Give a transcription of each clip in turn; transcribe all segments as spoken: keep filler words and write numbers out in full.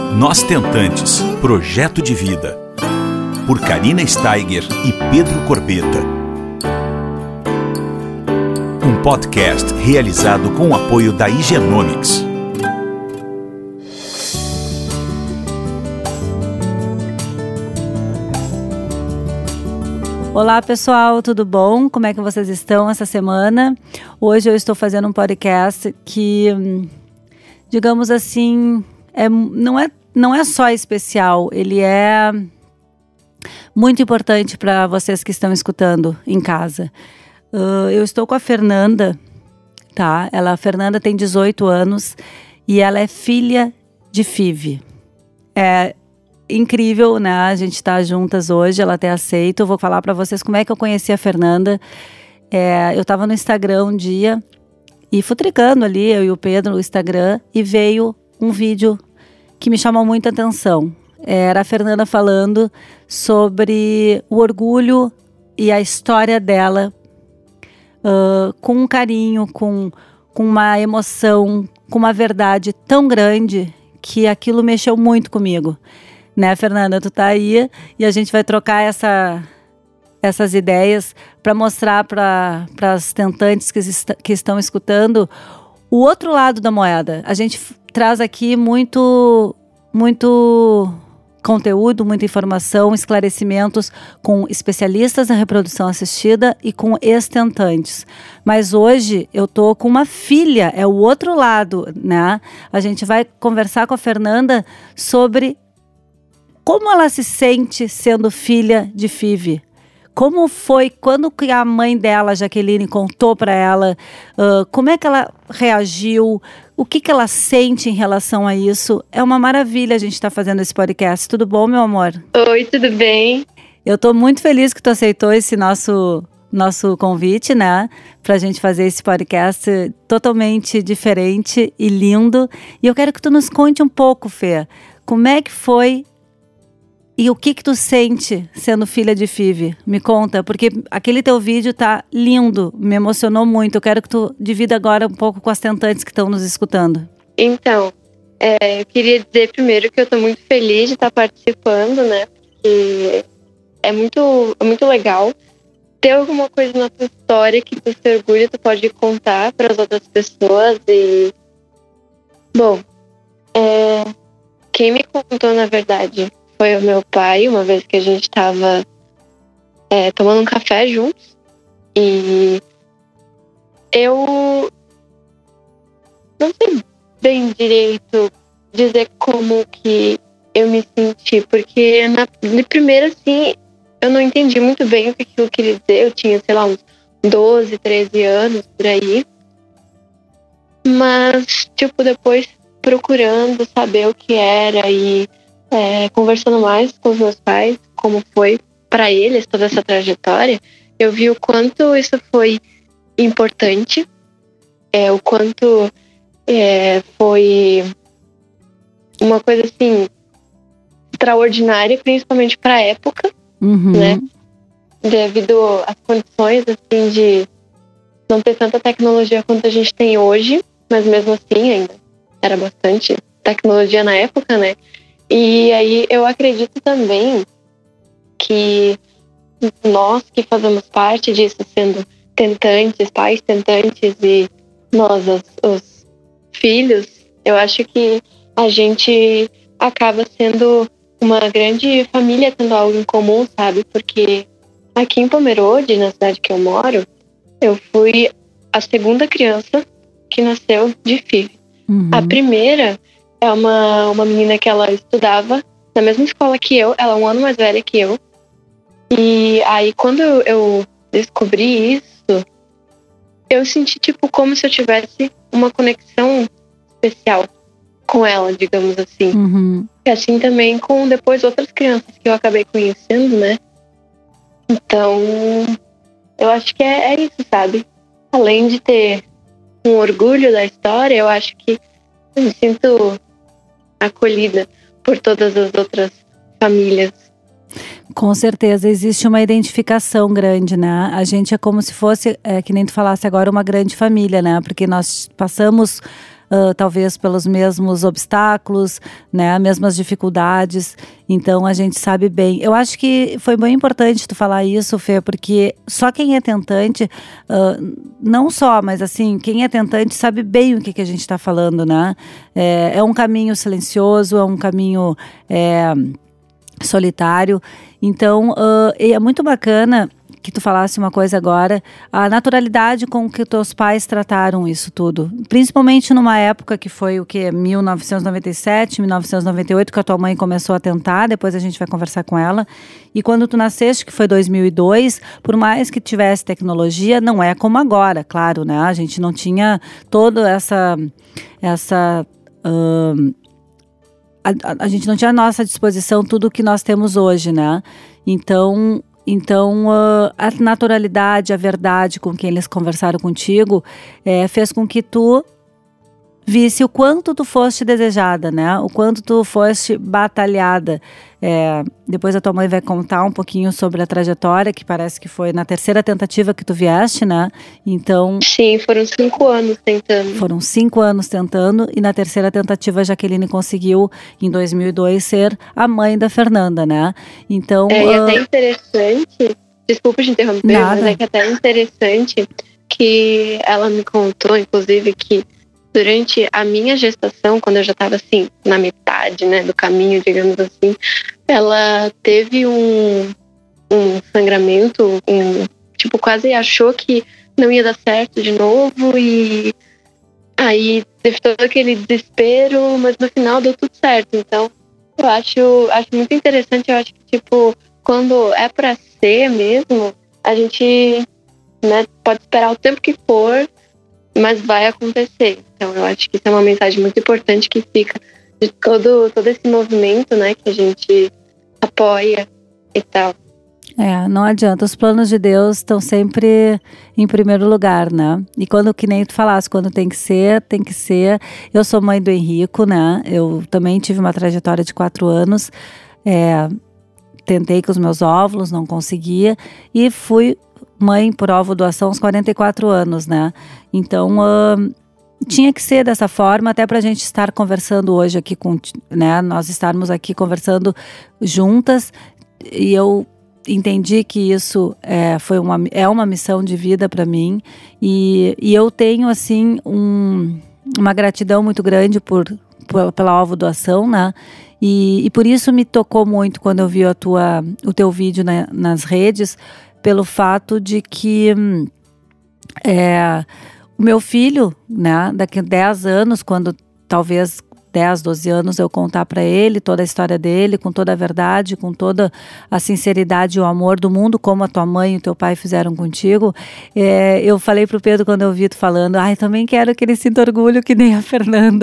Nós Tentantes, Projeto de Vida, por Karina Steiger e Pedro Corbeta. Um podcast realizado com o apoio da Higienomics. Olá pessoal, tudo bom? Como é que vocês estão essa semana? Hoje eu estou fazendo um podcast que, digamos assim, é, não, é, não é só especial, ele é muito importante para vocês que estão escutando em casa. Uh, eu estou com a Fernanda, tá? Ela, a Fernanda tem dezoito anos e ela é filha de F I V. É incrível, né? A gente tá juntas hoje, ela até aceita. Eu vou falar para vocês como é que eu conheci a Fernanda. É, eu tava no Instagram um dia e futricando ali, eu e o Pedro, no Instagram, e veio um vídeo que me chamou muita atenção. Era a Fernanda falando sobre o orgulho e a história dela, uh, com um carinho, com, com uma emoção, com uma verdade tão grande que aquilo mexeu muito comigo. Né, Fernanda, tu tá aí e a gente vai trocar essa, essas ideias para mostrar para as tentantes que, est- que estão escutando o outro lado da moeda. A gente f- traz aqui muito, muito conteúdo, muita informação, esclarecimentos com especialistas na reprodução assistida e com ex-tentantes. Mas hoje eu tô com uma filha, é o outro lado, né? A gente vai conversar com a Fernanda sobre como ela se sente sendo filha de F I V. Como foi quando a mãe dela, Jaqueline, contou para ela, uh, como é que ela reagiu, o que, que ela sente em relação a isso. É uma maravilha a gente estar tá fazendo esse podcast. Tudo bom, meu amor? Oi, tudo bem? Eu tô muito feliz que tu aceitou esse nosso, nosso convite, né? Pra gente fazer esse podcast totalmente diferente e lindo. E eu quero que tu nos conte um pouco, Fê, como é que foi e o que que tu sente sendo filha de F I V? Me conta, porque aquele teu vídeo tá lindo, me emocionou muito. Eu quero que tu divida agora um pouco com as tentantes que estão nos escutando. Então, é, eu queria dizer primeiro que eu tô muito feliz de estar participando, né? Porque é muito, é muito legal ter alguma coisa na tua história que tu se orgulha, tu pode contar para as outras pessoas. E, bom, é, quem me contou, na verdade, foi o meu pai, uma vez que a gente estava é, tomando um café juntos. E eu não sei bem direito dizer como que eu me senti, porque na, de primeira, assim, eu não entendi muito bem o que aquilo queria dizer. Eu tinha, sei lá, uns doze, treze anos, por aí. Mas, tipo, depois procurando saber o que era e É, conversando mais com os meus pais, como foi para eles toda essa trajetória, eu vi o quanto isso foi importante, é, o quanto é, foi uma coisa assim extraordinária, principalmente para a época, uhum. né? Devido às condições assim de não ter tanta tecnologia quanto a gente tem hoje, mas mesmo assim ainda era bastante tecnologia na época, né? E aí eu acredito também que nós que fazemos parte disso, sendo tentantes, pais tentantes e nós, os, os filhos, eu acho que a gente acaba sendo uma grande família, tendo algo em comum, sabe? Porque aqui em Pomerode, na cidade que eu moro, eu fui a segunda criança que nasceu de F I V. Uhum. A primeira é uma, uma menina que ela estudava na mesma escola que eu, ela é um ano mais velha que eu. E aí, quando eu, eu descobri isso, eu senti, tipo, como se eu tivesse uma conexão especial com ela, digamos assim. Uhum. E assim também com depois outras crianças que eu acabei conhecendo, né? Então, eu acho que é, é isso, sabe? Além de ter um orgulho da história, eu acho que eu me sinto acolhida por todas as outras famílias. Com certeza, existe uma identificação grande, né? A gente é como se fosse, é, que nem tu falasse agora, uma grande família, né? Porque nós passamos uh, talvez pelos mesmos obstáculos, né, mesmas dificuldades. Então a gente sabe bem. Eu acho que foi bem importante tu falar isso, Fê, porque só quem é tentante, uh, não só, mas assim, quem é tentante sabe bem o que, que a gente está falando, né? É, é um caminho silencioso, é um caminho é, solitário. Então, uh, é muito bacana que tu falasse uma coisa agora, a naturalidade com que teus pais trataram isso tudo. Principalmente numa época que foi o quê? mil novecentos e noventa e sete, mil novecentos e noventa e oito, que a tua mãe começou a tentar, depois a gente vai conversar com ela. E quando tu nasceste, que foi dois mil e dois, por mais que tivesse tecnologia, não é como agora, claro, né? A gente não tinha toda essa... essa uh, a, a, a gente não tinha à nossa disposição tudo o que nós temos hoje, né? Então... Então, uh, a naturalidade, a verdade com quem eles conversaram contigo é, fez com que tu visse o quanto tu foste desejada, né? O quanto tu foste batalhada. É, depois a tua mãe vai contar um pouquinho sobre a trajetória, que parece que foi na terceira tentativa que tu vieste, né? Então... Sim, foram cinco anos tentando. Foram cinco anos tentando e na terceira tentativa a Jaqueline conseguiu, em dois mil e dois, ser a mãe da Fernanda, né? Então... É, e uh... até interessante, desculpa te interromper, Nada. mas é que até interessante que ela me contou, inclusive, que durante a minha gestação, quando eu já estava assim, na metade, né, do caminho, digamos assim, ela teve um, um sangramento, um, tipo, quase achou que não ia dar certo de novo e aí teve todo aquele desespero, mas no final deu tudo certo. Então, eu acho, acho muito interessante, eu acho que, tipo, quando é pra ser mesmo, a gente, né, pode esperar o tempo que for, mas vai acontecer. Então eu acho que isso é uma mensagem muito importante que fica de todo, todo esse movimento, né, que a gente apoia e tal. É, não adianta, os planos de Deus estão sempre em primeiro lugar, né? E quando, que nem tu falasse, quando tem que ser, tem que ser. Eu sou mãe do Henrico, né? Eu também tive uma trajetória de quatro anos, é, tentei com os meus óvulos, não conseguia, e fui mãe por ovo doação aos quarenta e quatro anos, né? Então, uh, tinha que ser dessa forma, até para a gente estar conversando hoje aqui, com, né? Nós estarmos aqui conversando juntas, e eu entendi que isso é, foi uma, é uma missão de vida para mim, e, e eu tenho, assim, um, uma gratidão muito grande por, por, pela ovo doação, né? E, e por isso me tocou muito quando eu vi a tua, o teu vídeo na, nas redes, pelo fato de que é, o meu filho, né, daqui a dez anos, quando talvez dez, doze anos eu contar para ele toda a história dele, com toda a verdade, com toda a sinceridade e o amor do mundo, como a tua mãe e o teu pai fizeram contigo, é, eu falei pro Pedro quando eu vi tu falando, ai, também quero que ele sinta orgulho que nem a Fernanda.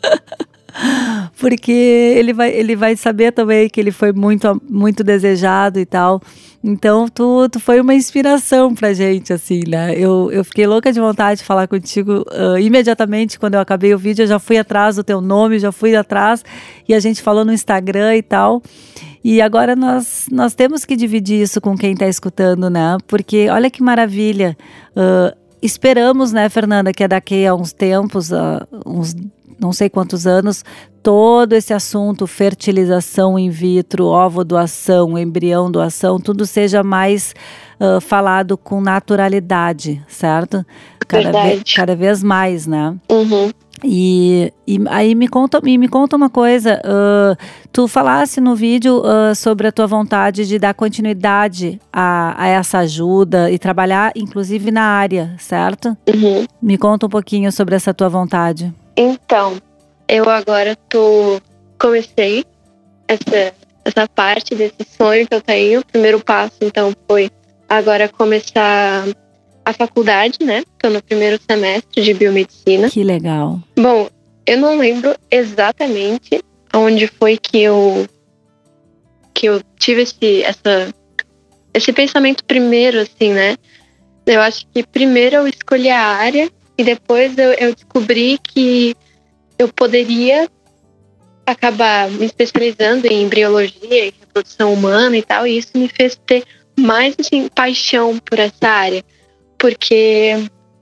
Porque ele vai, ele vai saber também que ele foi muito, muito desejado e tal. Então, tu, tu foi uma inspiração pra gente, assim, né? Eu, eu fiquei louca de vontade de falar contigo. Uh, imediatamente, quando eu acabei o vídeo, eu já fui atrás do teu nome, já fui atrás. E a gente falou no Instagram e tal. E agora nós, nós temos que dividir isso com quem tá escutando, né? Porque olha que maravilha. Uh, esperamos, né, Fernanda, que daqui a uns tempos, uh, uns não sei quantos anos, todo esse assunto, fertilização in vitro, ovo doação, embrião doação, tudo seja mais uh, falado com naturalidade, certo? Cada, ve- cada vez mais, né? Uhum. E, e aí me conta, me conta uma coisa, uh, tu falasse no vídeo uh, sobre a tua vontade de dar continuidade a, a essa ajuda e trabalhar inclusive na área, certo? Uhum. Me conta um pouquinho sobre essa tua vontade. Então, eu agora tô, comecei essa, essa parte desse sonho que eu tenho. O primeiro passo, então, foi agora começar a faculdade, né? Tô no primeiro semestre de biomedicina. Que legal. Bom, eu não lembro exatamente onde foi que eu, que eu tive esse, essa, esse pensamento primeiro, assim, né? Eu acho que primeiro eu escolhi a área, e depois eu, eu descobri que eu poderia acabar me especializando em embriologia e reprodução humana e tal. E isso me fez ter mais, assim, paixão por essa área. Porque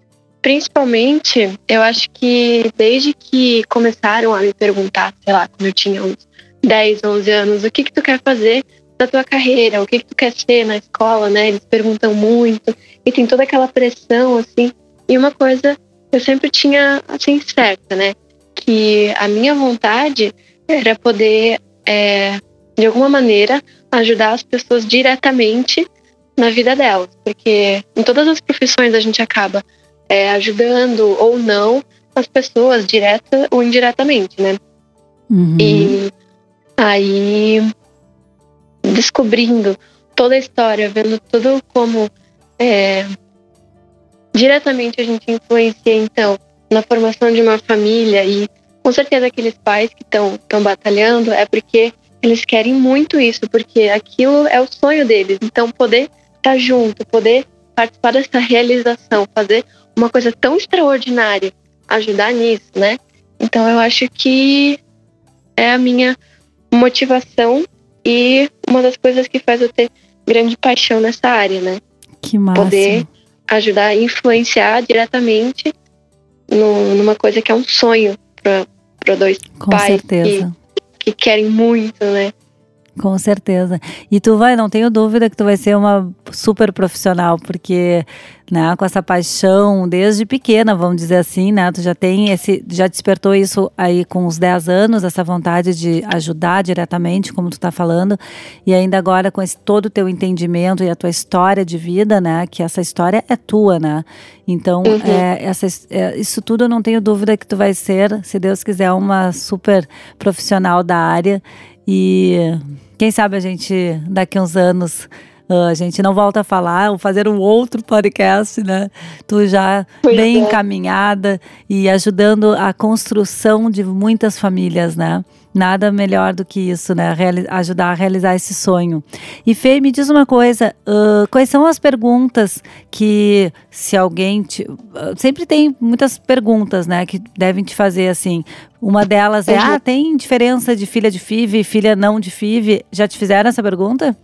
principalmente, eu acho que desde que começaram a me perguntar, sei lá, quando eu tinha uns dez, onze anos, o que que tu quer fazer da tua carreira, o que que tu quer ser na escola, né? Eles perguntam muito e tem toda aquela pressão, assim. E uma coisa eu sempre tinha, assim, certa, né? Que a minha vontade era poder, é, de alguma maneira, ajudar as pessoas diretamente na vida delas. Porque em todas as profissões a gente acaba é, ajudando ou não as pessoas, direta ou indiretamente, né? Uhum. E aí, descobrindo toda a história, vendo tudo como é, diretamente a gente influencia, então, na formação de uma família, e com certeza aqueles pais que estão batalhando é porque eles querem muito isso, porque aquilo é o sonho deles. Então, poder estar junto, poder participar dessa realização, fazer uma coisa tão extraordinária, ajudar nisso, né? Então, eu acho que é a minha motivação e uma das coisas que faz eu ter grande paixão nessa área, né? Que massa. Poder ajudar a influenciar diretamente no, numa coisa que é um sonho para dois Com pais certeza. Que, que querem muito, né? Com certeza. E tu vai, não tenho dúvida que tu vai ser uma super profissional, porque, né, com essa paixão desde pequena, vamos dizer assim, né, tu já tem esse, já despertou isso aí com os dez anos, essa vontade de ajudar diretamente, como tu tá falando, e ainda agora com esse todo o teu entendimento e a tua história de vida, né, que essa história é tua, né, então, Uhum. é, essa, é, isso tudo eu não tenho dúvida que tu vai ser, se Deus quiser, uma super profissional da área. E quem sabe a gente, daqui uns anos, uh, a gente não volta a falar ou fazer um outro podcast, né? Tu já Pois bem é. encaminhada e ajudando a construção de muitas famílias, né? Nada melhor do que isso, né? Reali- ajudar a realizar esse sonho. E Fê, me diz uma coisa, uh, quais são as perguntas que, se alguém te, uh, sempre tem muitas perguntas, né? Que devem te fazer assim. Uma delas é, Uhum. ah, tem diferença de filha de F I V e filha não de F I V? Já te fizeram essa pergunta?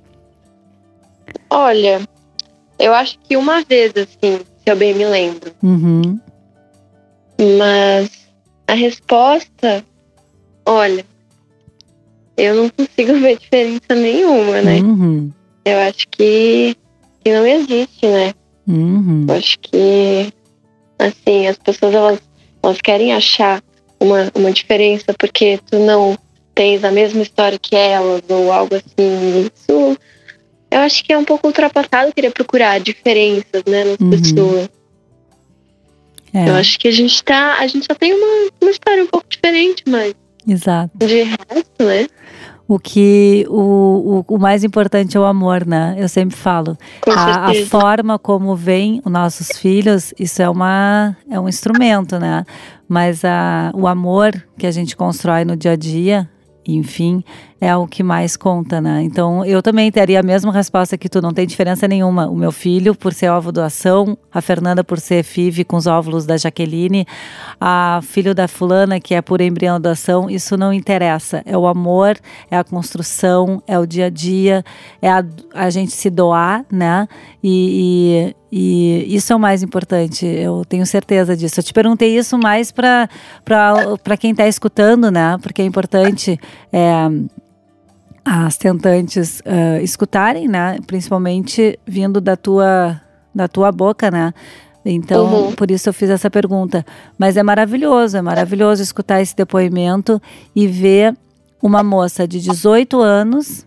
Olha, eu acho que uma vez, assim, se eu bem me lembro. Uhum. Mas a resposta, olha, eu não consigo ver diferença nenhuma, né? Uhum. Eu acho que, que não existe, né? Uhum. Eu acho que, assim, as pessoas, elas, elas querem achar uma, uma diferença porque tu não tens a mesma história que elas ou algo assim. Isso, eu acho que é um pouco ultrapassado querer procurar diferenças, né, nas Uhum. pessoas. É, Eu acho que a gente tá, a gente só tem uma, uma história um pouco diferente, mas exato. de resto, né? O que o, o, o mais importante é o amor, né? Eu sempre falo. Com A, a certeza. forma como vem os nossos filhos, isso é, uma, é um instrumento, né? Mas a, o amor que a gente constrói no dia a dia, enfim, é o que mais conta, né? Então, eu também teria a mesma resposta que tu, não tem diferença nenhuma. O meu filho, por ser ovo doação, a Fernanda por ser F I V com os óvulos da Jaqueline, a filho da fulana, que é por embrião doação, isso não interessa. É o amor, é a construção, é o dia a dia, é a, a gente se doar, né? E, e, e isso é o mais importante, eu tenho certeza disso. Eu te perguntei isso mais para para quem está escutando, né? Porque é importante é, as tentantes uh, escutarem, né? Principalmente vindo da tua, da tua boca, né? Então, Uhum. por isso eu fiz essa pergunta. Mas é maravilhoso, é maravilhoso escutar esse depoimento e ver uma moça de dezoito anos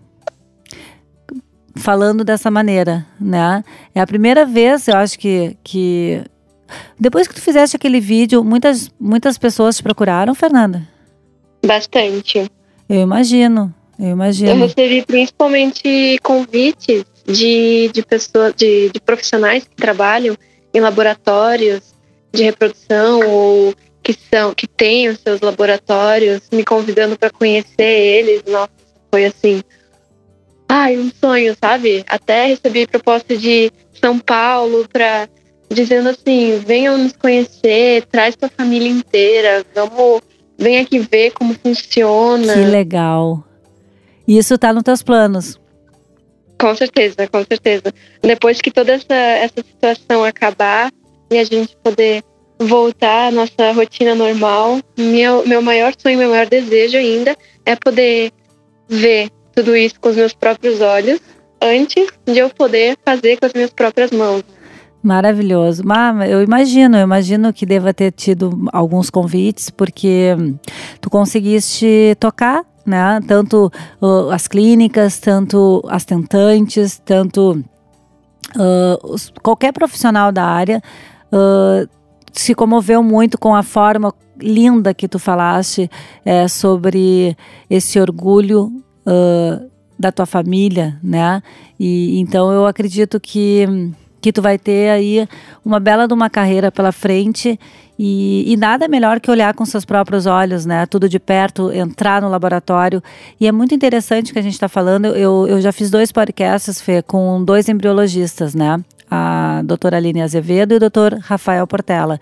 falando dessa maneira, né? É a primeira vez, eu acho que, que... Depois que tu fizeste aquele vídeo, muitas, muitas pessoas te procuraram, Fernanda? Bastante. Eu imagino, eu imagino. Eu recebi principalmente convites de, de pessoas, de, de profissionais que trabalham em laboratórios de reprodução ou que são, que têm os seus laboratórios, me convidando para conhecer eles. Nossa, foi assim, ai, um sonho, sabe? Até recebi proposta de São Paulo para dizendo assim, venham nos conhecer, traz tua família inteira, vamos, vem aqui ver como funciona. Que legal. Isso tá nos teus planos? Com certeza, com certeza. Depois que toda essa, essa situação acabar e a gente poder voltar à nossa rotina normal. Meu, meu maior sonho, meu maior desejo ainda é poder ver tudo isso com os meus próprios olhos antes de eu poder fazer com as minhas próprias mãos. Maravilhoso. Mas eu imagino, eu imagino que deva ter tido alguns convites, porque tu conseguiste tocar, né? Tanto uh, as clínicas, tanto as tentantes, tanto uh, os, qualquer profissional da área uh, se comoveu muito com a forma linda que tu falaste é, sobre esse orgulho uh, da tua família, né? E então eu acredito que que tu vai ter aí uma bela de uma carreira pela frente e, e nada melhor que olhar com seus próprios olhos, né? Tudo de perto, entrar no laboratório. E é muito interessante o que a gente está falando. Eu, eu já fiz dois podcasts, Fê, com dois embriologistas, né? A doutora Aline Azevedo e o doutor Rafael Portela.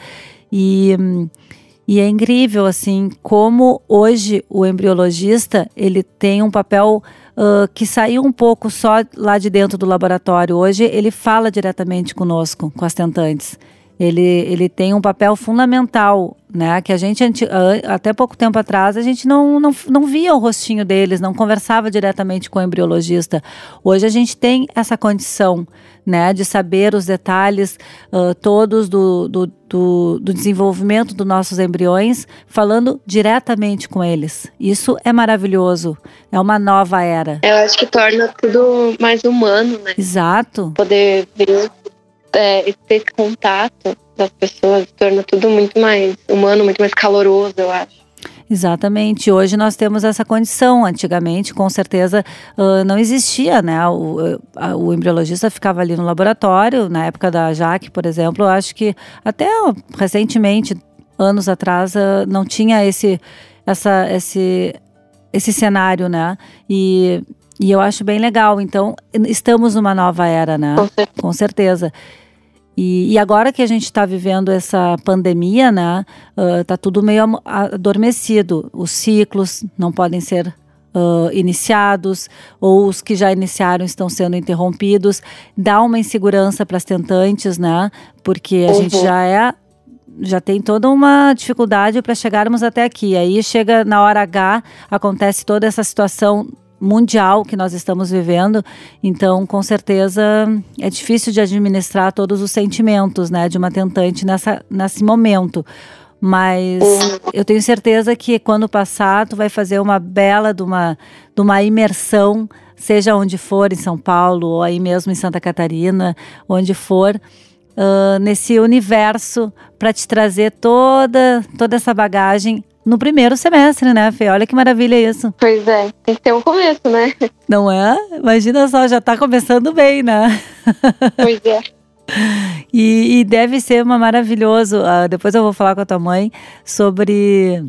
E, e é incrível, assim, como hoje o embriologista, ele tem um papel Uh, que saiu um pouco só lá de dentro do laboratório. Hoje ele fala diretamente conosco, com as tentantes. Ele, ele tem um papel fundamental, né? Que a gente, até pouco tempo atrás, a gente não, não, não via o rostinho deles, não conversava diretamente com o embriologista. Hoje a gente tem essa condição, né? De saber os detalhes uh, todos do, do, do, do desenvolvimento dos nossos embriões, falando diretamente com eles. Isso é maravilhoso. É uma nova era. Eu acho que torna tudo mais humano, né? Exato. Poder ver... É, ter esse contato das pessoas torna tudo muito mais humano, muito mais caloroso, eu acho. Exatamente. Hoje nós temos essa condição. Antigamente, com certeza, uh, não existia, né? O, a, o embriologista ficava ali no laboratório. Na época da Jaque, por exemplo, eu acho que até recentemente, anos atrás, uh, não tinha esse, essa, esse, esse cenário, né? E, e eu acho bem legal. Então, estamos numa nova era, né? Com certeza. Com certeza. E, e agora que a gente está vivendo essa pandemia, né, uh, tá tudo meio adormecido. Os ciclos não podem ser uh, iniciados, ou os que já iniciaram estão sendo interrompidos. Dá uma insegurança para as tentantes, né, porque a uhum. gente já é, já tem toda uma dificuldade para chegarmos até aqui. Aí chega na hora H, acontece toda essa situação mundial que nós estamos vivendo, então com certeza é difícil de administrar todos os sentimentos, né, de uma tentante nessa, nesse momento, mas eu tenho certeza que quando passar tu vai fazer uma bela de uma, de uma imersão, seja onde for, em São Paulo ou aí mesmo em Santa Catarina, onde for, uh, nesse universo para te trazer toda, toda essa bagagem no primeiro semestre, né, Fê? Olha que maravilha isso. Pois é, tem que ter um começo, né? Não é? Imagina só, já tá começando bem, né? Pois é. E, e deve ser uma maravilhoso. Uh, depois eu vou falar com a tua mãe sobre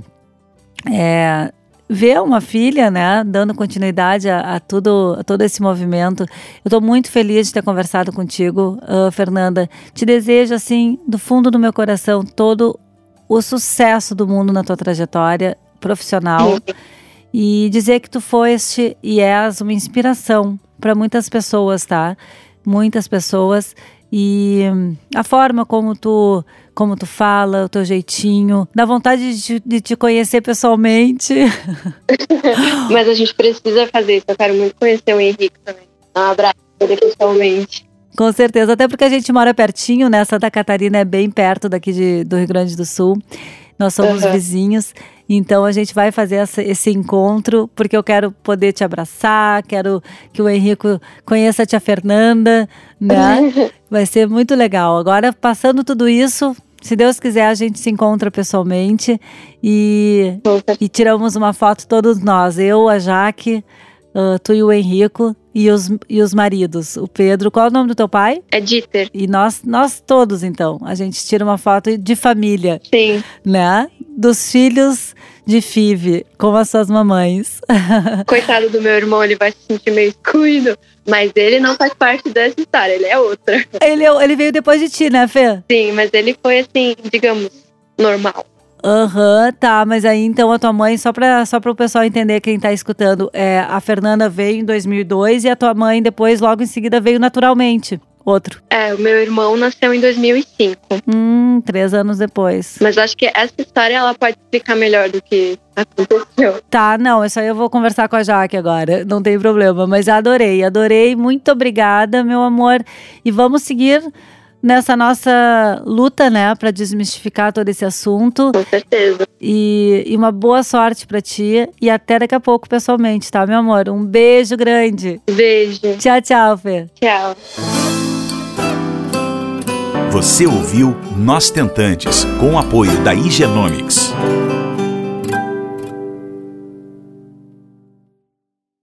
é, ver uma filha, né, dando continuidade a, a, tudo, a todo esse movimento. Eu tô muito feliz de ter conversado contigo, uh, Fernanda. Te desejo, assim, do fundo do meu coração, todo o sucesso do mundo na tua trajetória profissional e dizer que tu foste e és uma inspiração para muitas pessoas, tá? Muitas pessoas e a forma como tu, como tu fala, o teu jeitinho, dá vontade de te, de te conhecer pessoalmente. Mas a gente precisa fazer isso, eu quero muito conhecer o Henrique também. Um abraço ele pessoalmente. Com certeza, até porque a gente mora pertinho, né? Santa Catarina é bem perto daqui de, do Rio Grande do Sul. Nós somos uhum. vizinhos, então a gente vai fazer essa, esse encontro, porque eu quero poder te abraçar, quero que o Henrico conheça a tia Fernanda, né? Vai ser muito legal. Agora, passando tudo isso, se Deus quiser, a gente se encontra pessoalmente e, e tiramos uma foto todos nós, eu, a Jaque, uh, tu e o Henrico. E os, e os maridos, o Pedro, qual é o nome do teu pai? É Dieter. E nós, nós todos, então, a gente tira uma foto de família. Sim. Né? Dos filhos de Five, com as suas mamães. Coitado do meu irmão, ele vai se sentir meio excluído, mas ele não faz parte dessa história, ele é outra. Ele, ele veio depois de ti, né, Fê? Sim, mas ele foi assim, digamos, normal. Aham, uhum, tá, mas aí então a tua mãe, só para só para o pessoal entender, quem tá escutando, é, a Fernanda veio em dois mil e dois e a tua mãe depois, logo em seguida, veio naturalmente. Outro. É, o meu irmão nasceu em dois mil e cinco. Hum, três anos depois. Mas acho que essa história ela pode explicar melhor do que aconteceu. Tá, não, isso aí eu vou conversar com a Jaque agora, não tem problema. Mas adorei, adorei, muito obrigada, meu amor. E vamos seguir nessa nossa luta, né, pra desmistificar todo esse assunto. Com certeza. E, e uma boa sorte pra ti. E até daqui a pouco, pessoalmente, tá, meu amor? Um beijo grande. Beijo. Tchau, tchau, Fê. Tchau. Você ouviu Nós Tentantes, com o apoio da Igenomics.